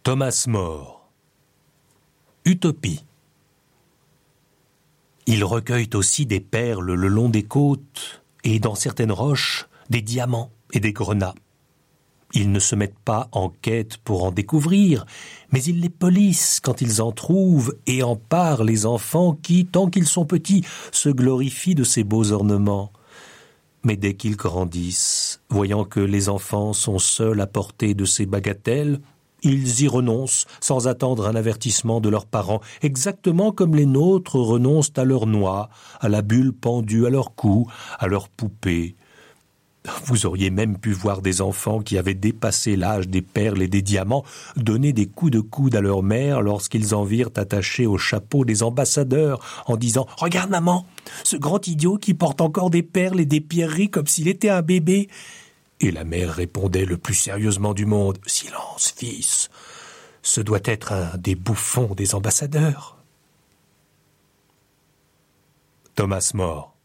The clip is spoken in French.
Thomas More. Utopie. Ils recueillent aussi des perles le long des côtes et dans certaines roches des diamants et des grenats. Ils ne se mettent pas en quête pour en découvrir, mais ils les polissent quand ils en trouvent et en parent les enfants qui, tant qu'ils sont petits, se glorifient de ces beaux ornements. Mais dès qu'ils grandissent, voyant que les enfants sont seuls à portée de ces bagatelles, ils y renoncent sans attendre un avertissement de leurs parents, exactement comme les nôtres renoncent à leur noix, à la bulle pendue à leur cou, à leur poupée. Vous auriez même pu voir des enfants qui avaient dépassé l'âge des perles et des diamants donner des coups de coude à leur mère lorsqu'ils en virent attachés au chapeau des ambassadeurs en disant « Regarde maman, ce grand idiot qui porte encore des perles et des pierreries comme s'il était un bébé !» Et la mère répondait le plus sérieusement du monde « Silence, fils, ce doit être un des bouffons des ambassadeurs. » Thomas More.